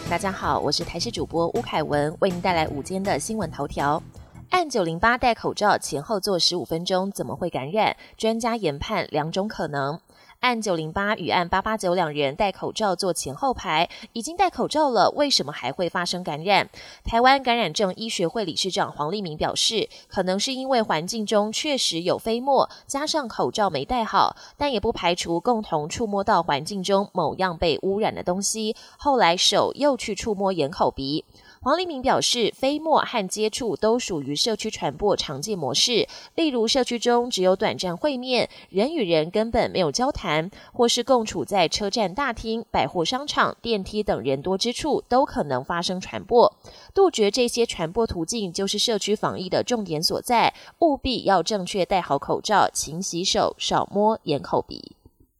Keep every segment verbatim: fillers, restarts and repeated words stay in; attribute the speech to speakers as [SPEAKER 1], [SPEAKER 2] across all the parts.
[SPEAKER 1] 大家好，我是台视主播吴凯文，为您带来午间的新闻头条。按九零八戴口罩前后做十五分钟，怎么会感染？专家研判两种可能。按九零八与按八八九两人戴口罩做前后排，已经戴口罩了，为什么还会发生感染？台湾感染症医学会理事长黄立明表示，可能是因为环境中确实有飞沫，加上口罩没戴好，但也不排除共同触摸到环境中某样被污染的东西，后来手又去触摸眼口鼻。黄立明表示，飞沫和接触都属于社区传播常见模式，例如社区中只有短暂会面，人与人根本没有交谈，或是共处在车站大厅、百货商场、电梯等人多之处，都可能发生传播。杜绝这些传播途径，就是社区防疫的重点所在，务必要正确戴好口罩，勤洗手，少摸眼口鼻。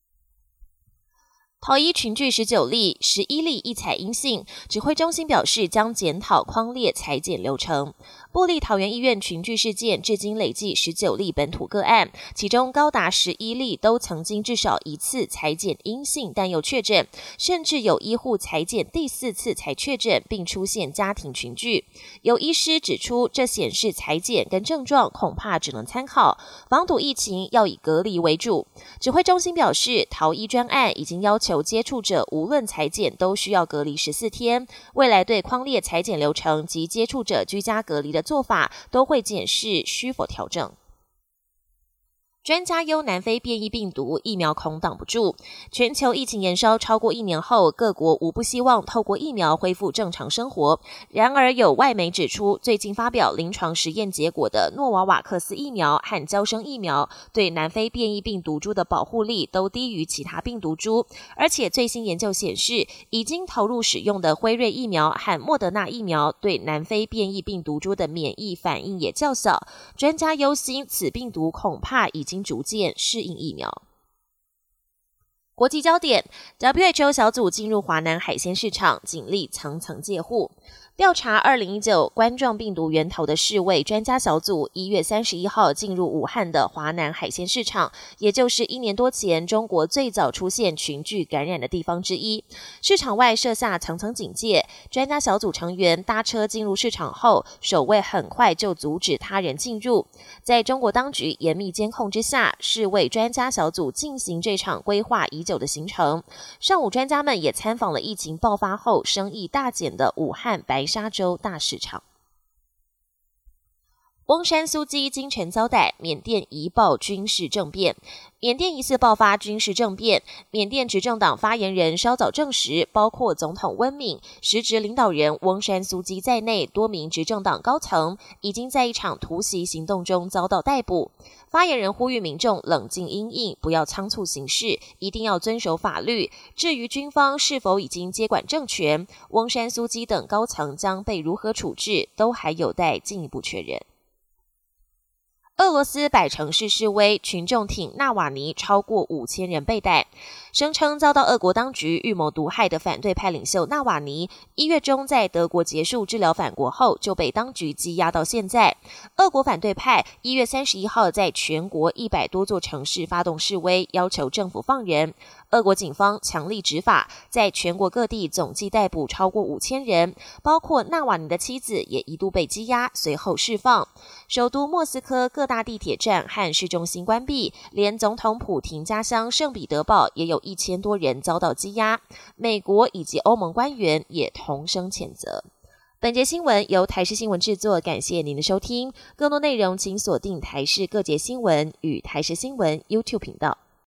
[SPEAKER 1] 桃医群聚十九例，十一例一采阴性，指挥中心表示将检讨匡列采检流程。部立桃园医院群聚事件至今累计十九例本土个案，其中高达十一例都曾经至少一次采检阴性但又确诊，甚至有医护采检第四次才确诊，并出现家庭群聚。有医师指出，这显示采检跟症状恐怕只能参考，防堵疫情要以隔离为主。指挥中心表示，桃医专案已经要求接触者无论采检都需要隔离十四天，未来对匡列采检流程及接触者居家隔离的做法都会检视需否调整。专家忧南非变异病毒疫苗恐挡不住，全球疫情延烧超过一年后，各国无不希望透过疫苗恢复正常生活。然而有外媒指出，最近发表临床实验结果的诺瓦瓦克斯疫苗和嬌生疫苗对南非变异病毒株的保护力都低于其他病毒株，而且最新研究显示，已经投入使用的辉瑞疫苗和莫德纳疫苗对南非变异病毒株的免疫反应也较小。专家忧心此病毒恐怕已经逐渐适应疫苗。国际焦点 ，W H O 小组进入华南海鲜市场，警力层层戒护。调查二零一九冠状病毒源头的世卫专家小组一月三十一号进入武汉的华南海鲜市场，也就是一年多前中国最早出现群聚感染的地方之一。市场外设下层层警戒，专家小组成员搭车进入市场后，守卫很快就阻止他人进入。在中国当局严密监控之下，世卫专家小组进行这场规划已久的行程。上午专家们也参访了疫情爆发后生意大减的武汉白沙洲大市场。翁山苏姬今晨遭逮，缅甸疑爆军事政变。缅甸疑似爆发军事政变，缅甸执政党发言人稍早证实，包括总统温敏、实职领导人翁山苏姬在内多名执政党高层已经在一场突袭行动中遭到逮捕。发言人呼吁民众冷静因应，不要仓促行事，一定要遵守法律。至于军方是否已经接管政权，翁山苏姬等高层将被如何处置，都还有待进一步确认。俄罗斯百城市示威，群众挺纳瓦尼超过五千人被逮，声称遭到俄国当局预谋毒害的反对派领袖纳瓦尼，一月中在德国结束治疗返国后就被当局羁押到现在。俄国反对派一月三十一号在全国一百多座城市发动示威，要求政府放人。俄国警方强力执法，在全国各地总计逮捕超过五千人，包括纳瓦尼的妻子也一度被羁押，随后释放。首都莫斯科各大地铁站和市中心关闭，连总统普廷家乡圣彼得堡也有一千多人遭到羁押。美国以及欧盟官员也同声谴责。本节新闻由台视新闻制作，感谢您的收听。更多内容请锁定台视各节新闻与台视新闻 YouTube 频道。